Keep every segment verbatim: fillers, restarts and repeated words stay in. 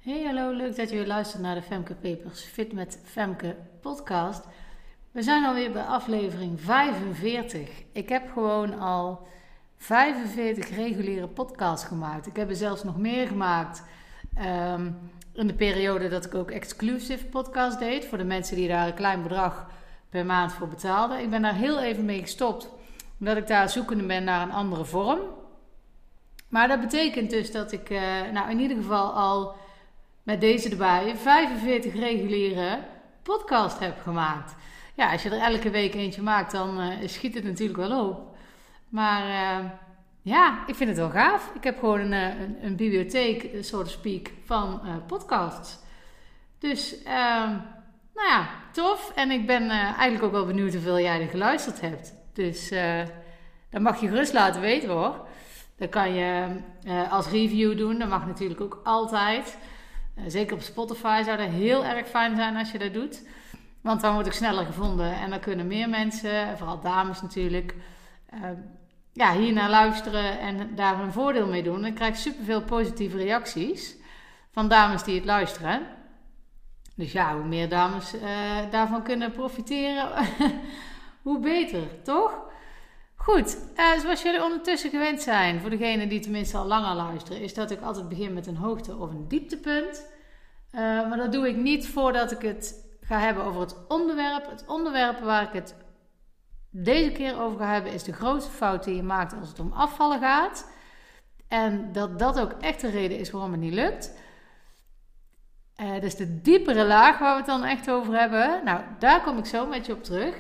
Hey, hallo, leuk dat je weer luistert naar de Femke Papers Fit met Femke podcast. We zijn alweer bij aflevering vijfenveertig. Ik heb gewoon al vijfenveertig reguliere podcasts gemaakt. Ik heb er zelfs nog meer gemaakt um, in de periode dat ik ook exclusive podcast deed. Voor de mensen die daar een klein bedrag per maand voor betaalden. Ik ben daar heel even mee gestopt, omdat ik daar zoekende ben naar een andere vorm. Maar dat betekent dus dat ik uh, nou in ieder geval al met deze erbij vijfenveertig reguliere podcast heb gemaakt. Ja, als je er elke week eentje maakt, dan uh, schiet het natuurlijk wel op. Maar uh, ja, ik vind het wel gaaf. Ik heb gewoon een, een, een bibliotheek, so to speak, van uh, podcasts. Dus, uh, nou ja, tof. En ik ben uh, eigenlijk ook wel benieuwd hoeveel jij er geluisterd hebt. Dus uh, dat mag je gerust laten weten hoor. Dat kan je uh, als review doen. Dat mag natuurlijk ook altijd. Uh, zeker op Spotify zou dat heel erg fijn zijn als je dat doet. Want dan word ik sneller gevonden. En dan kunnen meer mensen, vooral dames natuurlijk, uh, ja, hier naar luisteren en daar een voordeel mee doen. Ik krijg superveel positieve reacties van dames die het luisteren. Dus ja, hoe meer dames uh, daarvan kunnen profiteren, hoe beter, toch? Goed, uh, zoals jullie ondertussen gewend zijn, voor degenen die tenminste al langer luisteren, is dat ik altijd begin met een hoogte- of een dieptepunt. Uh, maar dat doe ik niet voordat ik het ga hebben over het onderwerp. Het onderwerp waar ik het deze keer over ga hebben is de grootste fout die je maakt als het om afvallen gaat. En dat dat ook echt de reden is waarom het niet lukt. Uh, dus de diepere laag waar we het dan echt over hebben. Nou, daar kom ik zo met je op terug.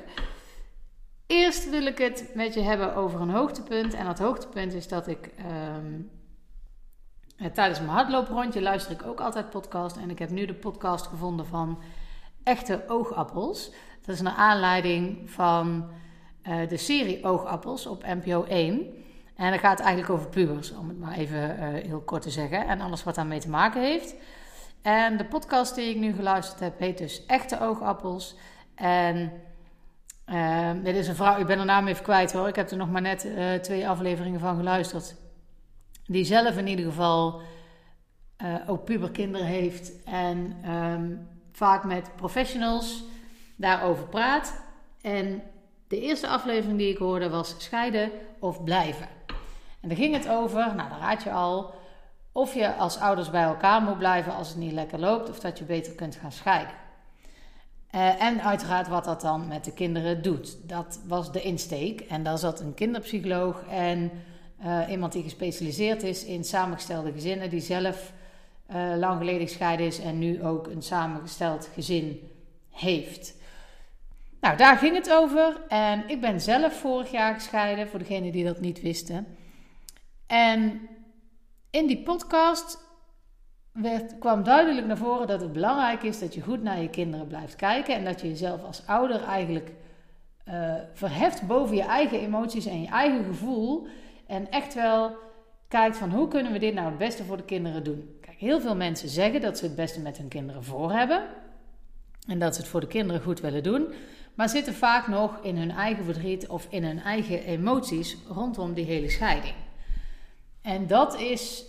Eerst wil ik het met je hebben over een hoogtepunt. En dat hoogtepunt is dat ik um, tijdens mijn hardlooprondje luister ik ook altijd podcast. En ik heb nu de podcast gevonden van Echte Oogappels. Dat is naar aanleiding van uh, de serie Oogappels op N P O één. En dat gaat eigenlijk over pubers, om het maar even uh, heel kort te zeggen. En alles wat daarmee te maken heeft. En de podcast die ik nu geluisterd heb heet dus Echte Oogappels. En Uh, dit is een vrouw, ik ben haar naam even kwijt hoor. Ik heb er nog maar net uh, twee afleveringen van geluisterd. Die zelf in ieder geval uh, ook puberkinderen heeft. En um, vaak met professionals daarover praat. En de eerste aflevering die ik hoorde was scheiden of blijven. En daar ging het over, nou dan raad je al, of je als ouders bij elkaar moet blijven als het niet lekker loopt. Of dat je beter kunt gaan scheiden. Uh, en uiteraard wat dat dan met de kinderen doet. Dat was de insteek. En daar zat een kinderpsycholoog en uh, iemand die gespecialiseerd is in samengestelde gezinnen. Die zelf uh, lang geleden gescheiden is en nu ook een samengesteld gezin heeft. Nou, daar ging het over. En ik ben zelf vorig jaar gescheiden, voor degenen die dat niet wisten. En in die podcast werd, kwam duidelijk naar voren dat het belangrijk is dat je goed naar je kinderen blijft kijken. En dat je jezelf als ouder eigenlijk uh, verheft boven je eigen emoties en je eigen gevoel. En echt wel kijkt van hoe kunnen we dit nou het beste voor de kinderen doen. Kijk, heel veel mensen zeggen dat ze het beste met hun kinderen voor hebben. En dat ze het voor de kinderen goed willen doen. Maar zitten vaak nog in hun eigen verdriet of in hun eigen emoties rondom die hele scheiding. En dat is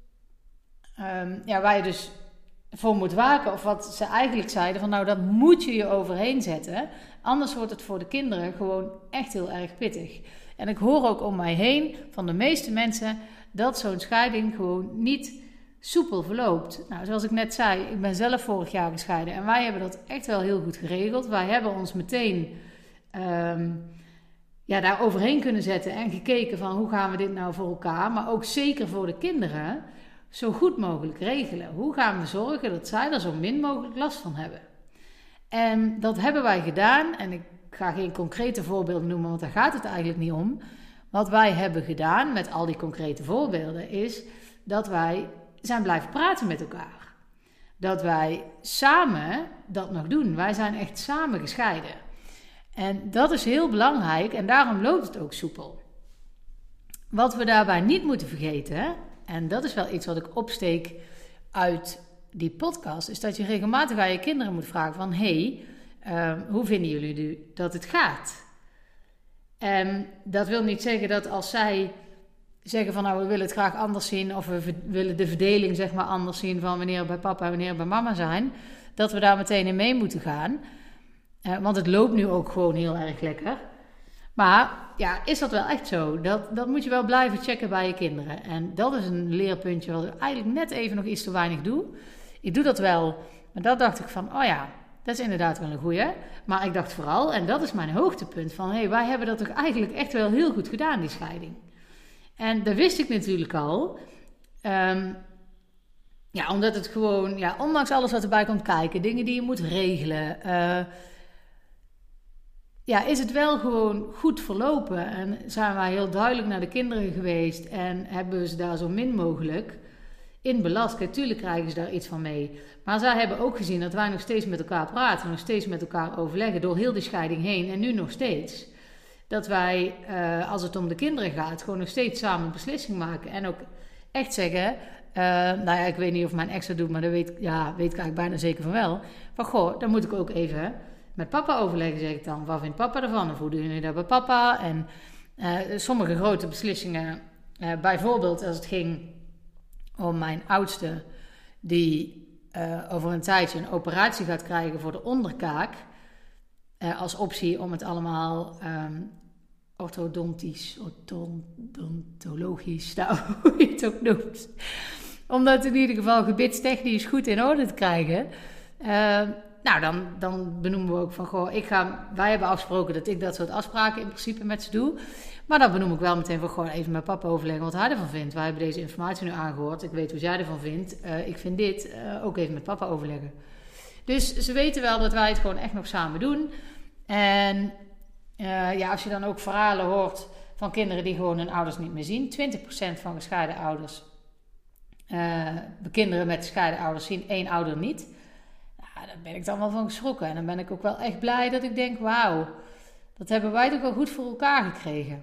Um, ja, waar je dus voor moet waken, of wat ze eigenlijk zeiden, van nou, dat moet je je overheen zetten. Anders wordt het voor de kinderen gewoon echt heel erg pittig. En ik hoor ook om mij heen van de meeste mensen dat zo'n scheiding gewoon niet soepel verloopt. Nou, zoals ik net zei, ik ben zelf vorig jaar gescheiden en wij hebben dat echt wel heel goed geregeld. Wij hebben ons meteen um, ja, daar overheen kunnen zetten en gekeken van hoe gaan we dit nou voor elkaar, maar ook zeker voor de kinderen zo goed mogelijk regelen. Hoe gaan we zorgen dat zij er zo min mogelijk last van hebben? En dat hebben wij gedaan. En ik ga geen concrete voorbeelden noemen, want daar gaat het eigenlijk niet om. Wat wij hebben gedaan met al die concrete voorbeelden is dat wij zijn blijven praten met elkaar. Dat wij samen dat nog doen. Wij zijn echt samen gescheiden. En dat is heel belangrijk en daarom loopt het ook soepel. Wat we daarbij niet moeten vergeten, en dat is wel iets wat ik opsteek uit die podcast, is dat je regelmatig aan je kinderen moet vragen van hé, hey, uh, hoe vinden jullie nu dat het gaat? En dat wil niet zeggen dat als zij zeggen van nou we willen het graag anders zien. Of we v- willen de verdeling zeg maar anders zien van wanneer we bij papa en wanneer we bij mama zijn. Dat we daar meteen in mee moeten gaan. Uh, want het loopt nu ook gewoon heel erg lekker. Maar ja, is dat wel echt zo? Dat, dat moet je wel blijven checken bij je kinderen. En dat is een leerpuntje wat ik eigenlijk net even nog iets te weinig doe. Ik doe dat wel, maar dat dacht ik van, oh ja, dat is inderdaad wel een goeie. Maar ik dacht vooral, en dat is mijn hoogtepunt, van hé, hey, wij hebben dat toch eigenlijk echt wel heel goed gedaan, die scheiding. En dat wist ik natuurlijk al. Um, ja, omdat het gewoon, ja, ondanks alles wat erbij komt kijken, dingen die je moet regelen... Uh, Ja, is het wel gewoon goed verlopen en zijn wij heel duidelijk naar de kinderen geweest en hebben we ze daar zo min mogelijk in belast. Natuurlijk krijgen ze daar iets van mee. Maar zij hebben ook gezien dat wij nog steeds met elkaar praten, nog steeds met elkaar overleggen door heel de scheiding heen en nu nog steeds. Dat wij, uh, als het om de kinderen gaat, gewoon nog steeds samen een beslissing maken en ook echt zeggen... Uh, nou ja, ik weet niet of mijn ex dat doet, maar dat weet, ja, weet ik eigenlijk bijna zeker van wel. Van goh, dan moet ik ook even... met papa overleggen, zeg ik dan. Wat vindt papa ervan? Of hoe doen jullie dat bij papa? En uh, sommige grote beslissingen, uh, bijvoorbeeld als het ging om mijn oudste, die uh, over een tijdje een operatie gaat krijgen voor de onderkaak, uh, als optie om het allemaal um, orthodontisch, odontologisch, nou, hoe je het ook noemt, om dat in ieder geval gebitstechnisch goed in orde te krijgen. Uh, Nou, dan, dan benoemen we ook van, goh, ik ga, wij hebben afgesproken dat ik dat soort afspraken in principe met ze doe. Maar dan benoem ik wel meteen van, gewoon even met papa overleggen wat hij ervan vindt. Wij hebben deze informatie nu aangehoord, ik weet hoe jij ervan vindt. Uh, ik vind dit, uh, ook even met papa overleggen. Dus ze weten wel dat wij het gewoon echt nog samen doen. En uh, ja, als je dan ook verhalen hoort van kinderen die gewoon hun ouders niet meer zien. twintig procent van gescheiden ouders, uh, de kinderen met gescheiden ouders zien één ouder niet. Daar ben ik dan wel van geschrokken. En dan ben ik ook wel echt blij dat ik denk, wauw, dat hebben wij toch wel goed voor elkaar gekregen.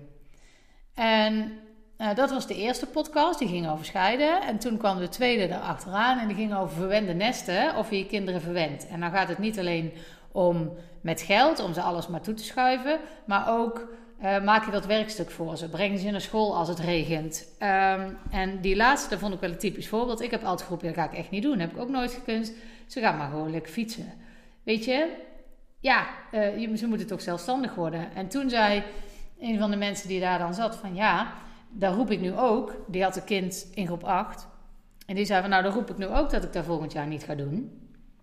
En uh, dat was de eerste podcast, die ging over scheiden. En toen kwam de tweede erachteraan en die ging over verwende nesten, of je je kinderen verwendt. En dan gaat het niet alleen om met geld, om ze alles maar toe te schuiven, maar ook uh, maak je dat werkstuk voor ze. Breng ze naar school als het regent. Um, en die laatste vond ik wel een typisch voorbeeld. Ik heb altijd geroepen, dat ga ik echt niet doen. Dat heb ik ook nooit gekund. Ze gaan maar gewoon lekker fietsen. Weet je? Ja, uh, ze moeten toch zelfstandig worden. En toen zei een van de mensen die daar dan zat van ja, daar roep ik nu ook. Die had een kind in groep acht. En die zei van nou, dan roep ik nu ook dat ik dat volgend jaar niet ga doen.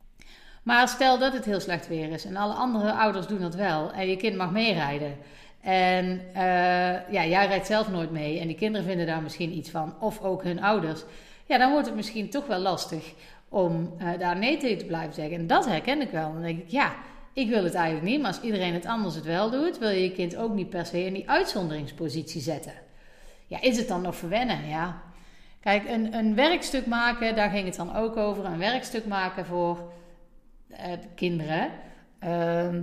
Maar stel dat het heel slecht weer is en alle andere ouders doen dat wel. En je kind mag meerijden. En uh, ja, jij rijdt zelf nooit mee. En die kinderen vinden daar misschien iets van. Of ook hun ouders. Ja, dan wordt het misschien toch wel lastig om uh, daar nee tegen te blijven zeggen. En dat herken ik wel. Dan denk ik, ja, ik wil het eigenlijk niet. Maar als iedereen het anders het wel doet, wil je je kind ook niet per se in die uitzonderingspositie zetten. Ja, is het dan nog verwennen? Ja. Kijk, een, een werkstuk maken, daar ging het dan ook over. Een werkstuk maken voor uh, de kinderen. Uh,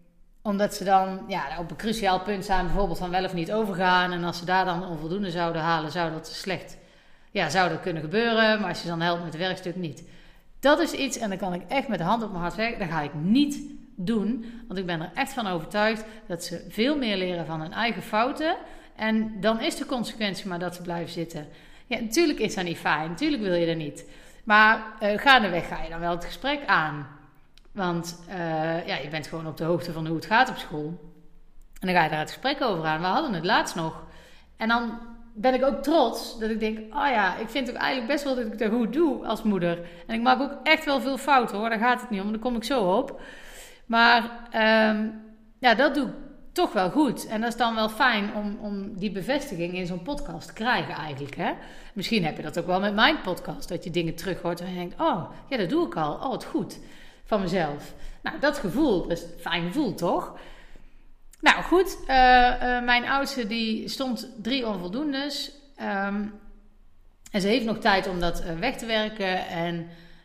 omdat ze dan ja, op een cruciaal punt zijn, bijvoorbeeld van wel of niet overgaan. En als ze daar dan onvoldoende zouden halen, zou dat slecht ja, zou dat kunnen gebeuren. Maar als je dan helpt met het werkstuk, niet. Dat is iets, en dan kan ik echt met de hand op mijn hart zeggen, dat ga ik niet doen. Want ik ben er echt van overtuigd dat ze veel meer leren van hun eigen fouten. En dan is de consequentie maar dat ze blijven zitten. Ja, natuurlijk is dat niet fijn. Natuurlijk wil je dat niet. Maar uh, gaandeweg ga je dan wel het gesprek aan. Want uh, ja, je bent gewoon op de hoogte van hoe het gaat op school. En dan ga je daar het gesprek over aan. We hadden het laatst nog. En dan ben ik ook trots dat ik denk, oh ja, ik vind ook eigenlijk best wel dat ik dat goed doe als moeder. En ik maak ook echt wel veel fouten hoor, daar gaat het niet om, daar kom ik zo op. Maar um, ja, dat doe ik toch wel goed. En dat is dan wel fijn om, om die bevestiging in zo'n podcast te krijgen eigenlijk. Hè? Misschien heb je dat ook wel met mijn podcast, dat je dingen terug hoort en je denkt, oh, ja, dat doe ik al. Oh, wat goed van mezelf. Nou, dat gevoel, dat is een fijn gevoel, toch? Nou goed, uh, uh, mijn oudste die stond drie onvoldoendes. Um, en ze heeft nog tijd om dat uh, weg te werken. En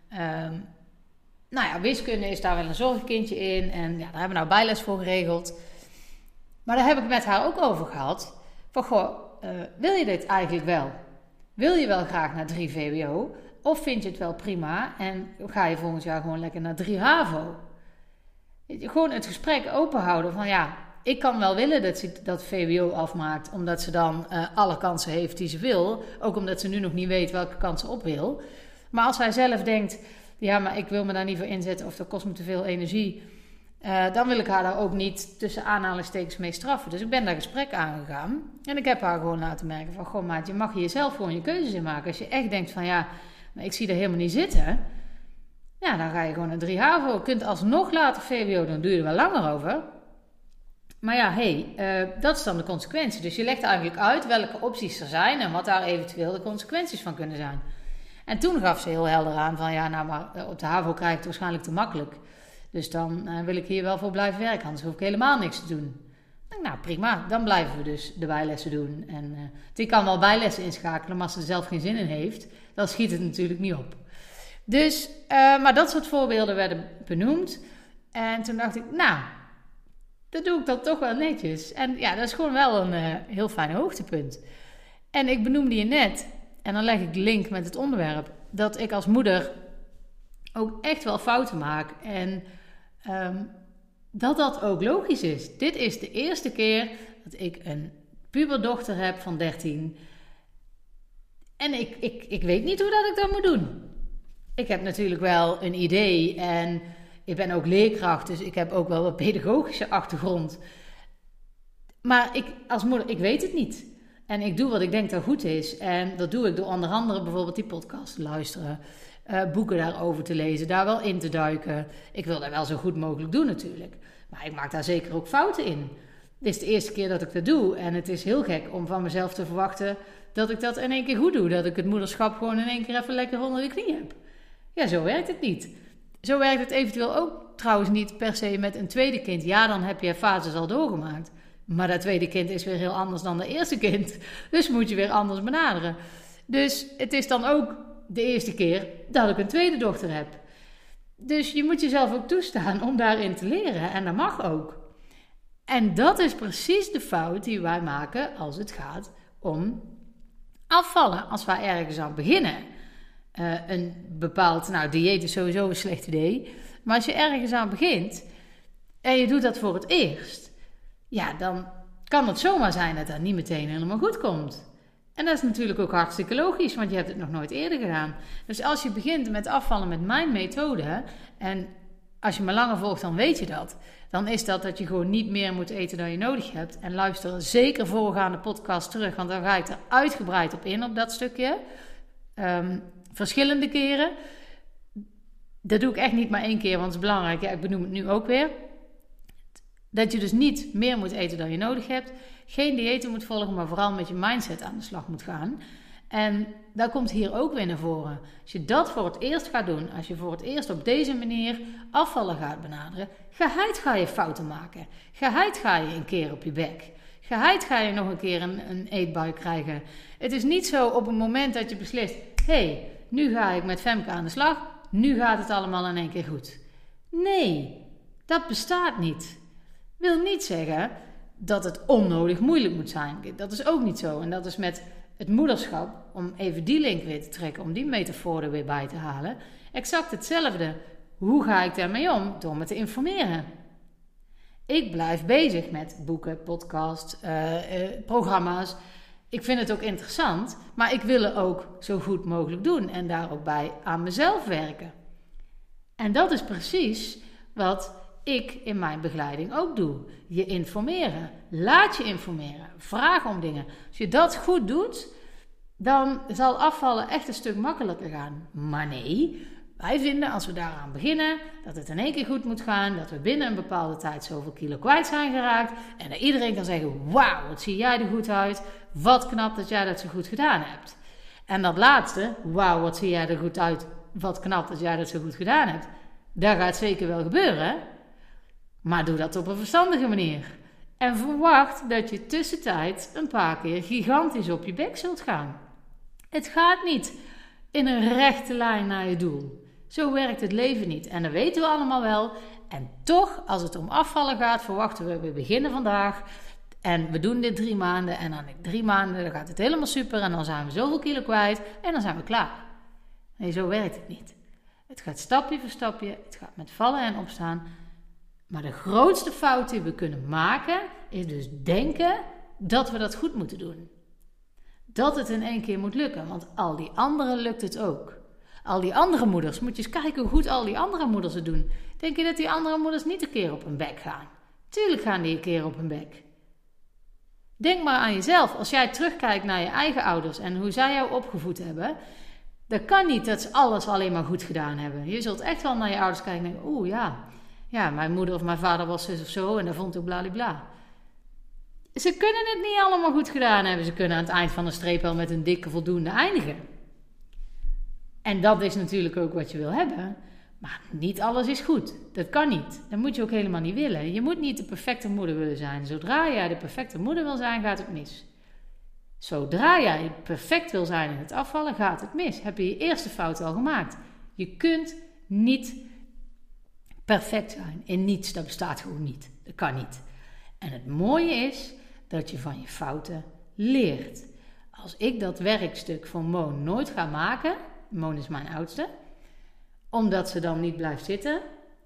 um, nou ja, wiskunde is daar wel een zorgkindje in. En ja, daar hebben we nou bijles voor geregeld. Maar daar heb ik met haar ook over gehad. Van goh, uh, wil je dit eigenlijk wel? Wil je wel graag naar drie V W O? Of vind je het wel prima en ga je volgend jaar gewoon lekker naar drie HAVO? Gewoon het gesprek openhouden van ja, ik kan wel willen dat ze dat V W O afmaakt, omdat ze dan uh, alle kansen heeft die ze wil. Ook omdat ze nu nog niet weet welke kant ze op wil. Maar als zij zelf denkt, ja, maar ik wil me daar niet voor inzetten of dat kost me te veel energie, uh, dan wil ik haar daar ook niet tussen aanhalingstekens mee straffen. Dus ik ben daar gesprek aangegaan en ik heb haar gewoon laten merken van, goh maat, je mag hier zelf gewoon je keuzes in maken. Als je echt denkt van, ja, maar ik zie er helemaal niet zitten, ja, dan ga je gewoon een drie HAVO. Je kunt alsnog later V W O, dan doe je er wel langer over. Maar ja, hé, hey, uh, dat is dan de consequentie. Dus je legt eigenlijk uit welke opties er zijn en wat daar eventueel de consequenties van kunnen zijn. En toen gaf ze heel helder aan van, ja, nou, maar op de HAVO krijg ik het waarschijnlijk te makkelijk. Dus dan uh, wil ik hier wel voor blijven werken, anders hoef ik helemaal niks te doen. Nou, prima, dan blijven we dus de bijlessen doen. En uh, die kan wel bijlessen inschakelen, maar als ze er zelf geen zin in heeft, dan schiet het natuurlijk niet op. Dus, uh, maar dat soort voorbeelden werden benoemd. En toen dacht ik, nou, dan doe ik dat toch wel netjes. En ja, dat is gewoon wel een uh, heel fijn hoogtepunt. En ik benoemde je net, en dan leg ik de link met het onderwerp, dat ik als moeder ook echt wel fouten maak. En um, dat dat ook logisch is. Dit is de eerste keer dat ik een puberdochter heb van dertien. En ik, ik, ik weet niet hoe dat ik dat moet doen. Ik heb natuurlijk wel een idee en ik ben ook leerkracht, dus ik heb ook wel een pedagogische achtergrond. Maar ik als moeder, ik weet het niet. En ik doe wat ik denk dat goed is. En dat doe ik door onder andere bijvoorbeeld die podcast te luisteren, uh, boeken daarover te lezen, daar wel in te duiken. Ik wil dat wel zo goed mogelijk doen natuurlijk. Maar ik maak daar zeker ook fouten in. Dit is de eerste keer dat ik dat doe. En het is heel gek om van mezelf te verwachten dat ik dat in één keer goed doe. Dat ik het moederschap gewoon in één keer even lekker onder de knie heb. Ja, zo werkt het niet. Zo werkt het eventueel ook trouwens niet per se met een tweede kind. Ja, dan heb je fases al doorgemaakt. Maar dat tweede kind is weer heel anders dan dat eerste kind. Dus moet je weer anders benaderen. Dus het is dan ook de eerste keer dat ik een tweede dochter heb. Dus je moet jezelf ook toestaan om daarin te leren. En dat mag ook. En dat is precies de fout die wij maken als het gaat om afvallen. Als wij ergens aan beginnen. Uh, een bepaald, nou, dieet is sowieso een slecht idee. Maar als je ergens aan begint en je doet dat voor het eerst, ja, dan kan het zomaar zijn dat dat niet meteen helemaal goed komt. En dat is natuurlijk ook hartstikke logisch, want je hebt het nog nooit eerder gedaan. Dus als je begint met afvallen met mijn methode, en als je me langer volgt, dan weet je dat. Dan is dat dat je gewoon niet meer moet eten dan je nodig hebt. En luister zeker voorgaande podcast terug, want dan ga ik er uitgebreid op in, op dat stukje. Um, verschillende keren. Dat doe ik echt niet maar één keer, want het is belangrijk. Ja, ik benoem het nu ook weer. Dat je dus niet meer moet eten dan je nodig hebt. Geen diëten moet volgen, maar vooral met je mindset aan de slag moet gaan. En dat komt hier ook weer naar voren. Als je dat voor het eerst gaat doen, als je voor het eerst op deze manier afvallen gaat benaderen, geheid ga je fouten maken. Geheid ga je een keer op je bek. Geheid ga je nog een keer een, een eetbui krijgen. Het is niet zo op het moment dat je beslist, hé, hey, nu ga ik met Femke aan de slag, nu gaat het allemaal in één keer goed. Nee, dat bestaat niet. Wil niet zeggen dat het onnodig moeilijk moet zijn. Dat is ook niet zo. En dat is met het moederschap, om even die link weer te trekken, om die metafoor er weer bij te halen, exact hetzelfde. Hoe ga ik daarmee om? Door me te informeren. Ik blijf bezig met boeken, podcasts, uh, uh, programma's. Ik vind het ook interessant, maar ik wil het ook zo goed mogelijk doen en daar ook bij aan mezelf werken. En dat is precies wat ik in mijn begeleiding ook doe. Je informeren. Laat je informeren. Vraag om dingen. Als je dat goed doet, dan zal afvallen echt een stuk makkelijker gaan. Maar nee, wij vinden als we daaraan beginnen, dat het in één keer goed moet gaan, dat we binnen een bepaalde tijd zoveel kilo kwijt zijn geraakt en dat iedereen kan zeggen, wauw, wat zie jij er goed uit, wat knap dat jij dat zo goed gedaan hebt. En dat laatste, wauw, wat zie jij er goed uit, wat knap dat jij dat zo goed gedaan hebt, dat gaat zeker wel gebeuren, maar doe dat op een verstandige manier. En verwacht dat je tussentijd een paar keer gigantisch op je bek zult gaan. Het gaat niet in een rechte lijn naar je doel. Zo werkt het leven niet. En dat weten we allemaal wel. En toch, als het om afvallen gaat, verwachten we, we beginnen vandaag. En we doen dit drie maanden. En dan in drie maanden dan gaat het helemaal super. En dan zijn we zoveel kilo kwijt. En dan zijn we klaar. Nee, zo werkt het niet. Het gaat stapje voor stapje. Het gaat met vallen en opstaan. Maar de grootste fout die we kunnen maken is dus denken dat we dat goed moeten doen. Dat het in één keer moet lukken, want al die anderen lukt het ook. Al die andere moeders, moet je eens kijken hoe goed al die andere moeders het doen. Denk je dat die andere moeders niet een keer op hun bek gaan? Tuurlijk gaan die een keer op hun bek. Denk maar aan jezelf. Als jij terugkijkt naar je eigen ouders en hoe zij jou opgevoed hebben, dan kan niet dat ze alles alleen maar goed gedaan hebben. Je zult echt wel naar je ouders kijken en denken, oeh ja, ja, mijn moeder of mijn vader was zus of zo en dat vond ik bladibla. Ze kunnen het niet allemaal goed gedaan hebben. Ze kunnen aan het eind van de streep wel met een dikke voldoende eindigen. En dat is natuurlijk ook wat je wil hebben. Maar niet alles is goed. Dat kan niet. Dat moet je ook helemaal niet willen. Je moet niet de perfecte moeder willen zijn. Zodra jij de perfecte moeder wil zijn, gaat het mis. Zodra jij perfect wil zijn in het afvallen, gaat het mis. Heb je je eerste fout al gemaakt. Je kunt niet perfect zijn in niets. Dat bestaat gewoon niet. Dat kan niet. En het mooie is dat je van je fouten leert. Als ik dat werkstuk voor Moon nooit ga maken, Moon is mijn oudste, omdat ze dan niet blijft zitten,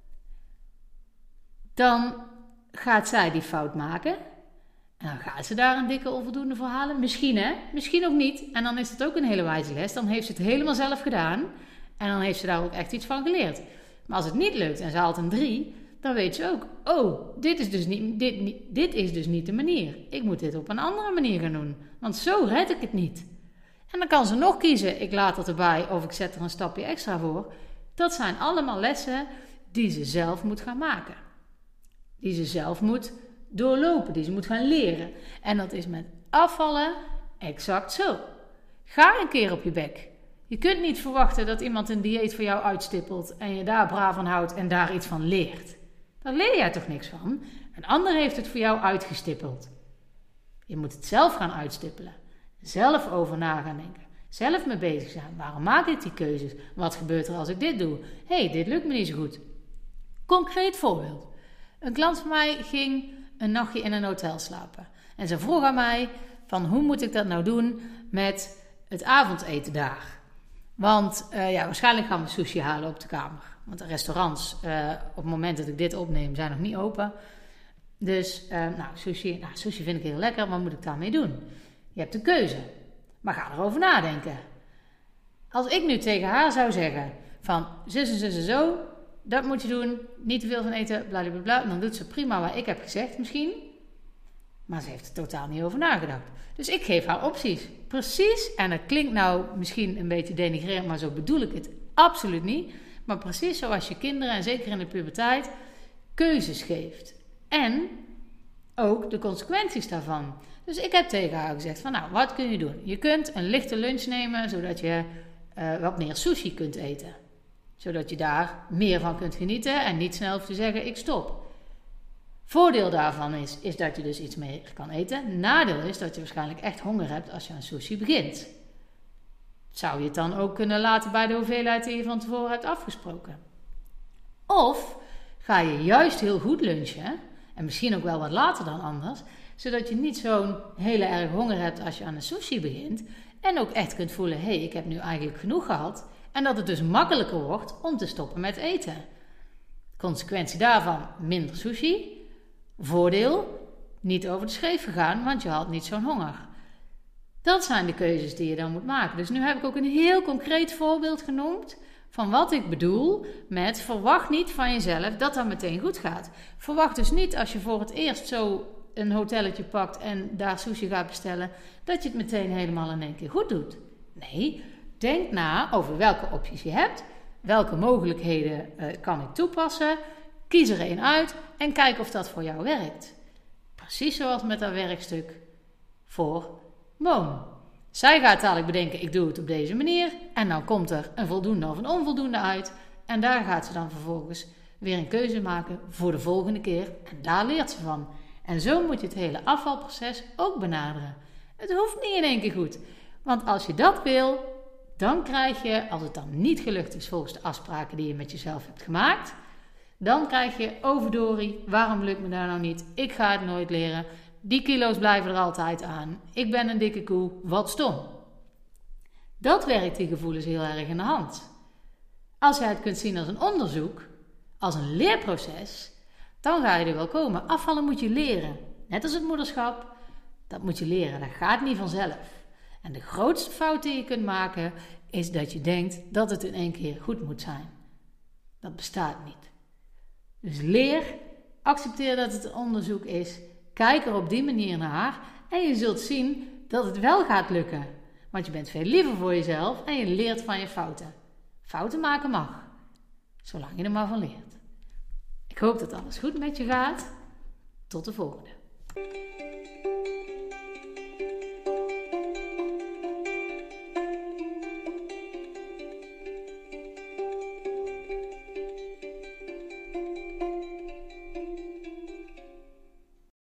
dan gaat zij die fout maken. En dan gaat ze daar een dikke onvoldoende voor halen. Misschien hè, misschien ook niet. En dan is het ook een hele wijze les. Dan heeft ze het helemaal zelf gedaan. En dan heeft ze daar ook echt iets van geleerd. Maar als het niet lukt en ze haalt een drie, dan weet ze ook, oh, dit is, dus niet, dit, niet, dit is dus niet de manier. Ik moet dit op een andere manier gaan doen. Want zo red ik het niet. En dan kan ze nog kiezen, ik laat het erbij of ik zet er een stapje extra voor. Dat zijn allemaal lessen die ze zelf moet gaan maken. Die ze zelf moet doorlopen, die ze moet gaan leren. En dat is met afvallen exact zo. Ga een keer op je bek. Je kunt niet verwachten dat iemand een dieet voor jou uitstippelt en je daar braaf aan houdt en daar iets van leert. Daar leer jij toch niks van? Een ander heeft het voor jou uitgestippeld. Je moet het zelf gaan uitstippelen. Zelf over na gaan denken. Zelf mee bezig zijn. Waarom maak ik die keuzes? Wat gebeurt er als ik dit doe? Hé, hey, dit lukt me niet zo goed. Concreet voorbeeld. Een klant van mij ging een nachtje in een hotel slapen. En ze vroeg aan mij van hoe moet ik dat nou doen met het avondeten daar? Want uh, ja, waarschijnlijk gaan we sushi halen op de kamer. Want de restaurants uh, op het moment dat ik dit opneem zijn nog niet open. Dus uh, nou, sushi, nou, sushi vind ik heel lekker. Wat moet ik daarmee doen? Je hebt de keuze. Maar ga erover nadenken. Als ik nu tegen haar zou zeggen van zus en zus en zo, dat moet je doen, niet te veel van eten, blablabla, dan doet ze prima wat ik heb gezegd misschien. Maar ze heeft er totaal niet over nagedacht. Dus ik geef haar opties. Precies, en dat klinkt nou misschien een beetje denigrerend, maar zo bedoel ik het absoluut niet. Maar precies zoals je kinderen, en zeker in de puberteit, keuzes geeft. En ook de consequenties daarvan. Dus ik heb tegen haar gezegd van nou, wat kun je doen? Je kunt een lichte lunch nemen, zodat je uh, wat meer sushi kunt eten. Zodat je daar meer van kunt genieten en niet snel hoeft te zeggen ik stop. Voordeel daarvan is, is dat je dus iets meer kan eten. Nadeel is dat je waarschijnlijk echt honger hebt als je aan sushi begint. Zou je het dan ook kunnen laten bij de hoeveelheid die je van tevoren hebt afgesproken? Of ga je juist heel goed lunchen, en misschien ook wel wat later dan anders, zodat je niet zo'n hele erg honger hebt als je aan de sushi begint. En ook echt kunt voelen, hé, hey, ik heb nu eigenlijk genoeg gehad. En dat het dus makkelijker wordt om te stoppen met eten. Consequentie daarvan, minder sushi. Voordeel, niet over de schreef gegaan, want je had niet zo'n honger. Dat zijn de keuzes die je dan moet maken. Dus nu heb ik ook een heel concreet voorbeeld genoemd van wat ik bedoel met verwacht niet van jezelf dat dat meteen goed gaat. Verwacht dus niet als je voor het eerst zo een hotelletje pakt en daar sushi gaat bestellen, dat je het meteen helemaal in één keer goed doet. Nee, denk na over welke opties je hebt, welke mogelijkheden uh, kan ik toepassen, kies er één uit en kijk of dat voor jou werkt. Precies zoals met dat werkstuk voor Moon. Zij gaat dadelijk bedenken, ik doe het op deze manier en dan komt er een voldoende of een onvoldoende uit en daar gaat ze dan vervolgens weer een keuze maken voor de volgende keer en daar leert ze van. En zo moet je het hele afvalproces ook benaderen. Het hoeft niet in één keer goed. Want als je dat wil, dan krijg je, als het dan niet gelukt is volgens de afspraken die je met jezelf hebt gemaakt, dan krijg je overdorie, waarom lukt me dat nou niet? Ik ga het nooit leren. Die kilo's blijven er altijd aan. Ik ben een dikke koe, wat stom. Dat werkt die gevoelens heel erg in de hand. Als jij het kunt zien als een onderzoek, als een leerproces, dan ga je er wel komen. Afvallen moet je leren. Net als het moederschap, dat moet je leren. Dat gaat niet vanzelf. En de grootste fout die je kunt maken, is dat je denkt dat het in één keer goed moet zijn. Dat bestaat niet. Dus leer, accepteer dat het een onderzoek is, kijk er op die manier naar en je zult zien dat het wel gaat lukken. Want je bent veel liever voor jezelf en je leert van je fouten. Fouten maken mag, zolang je er maar van leert. Ik hoop dat alles goed met je gaat. Tot de volgende.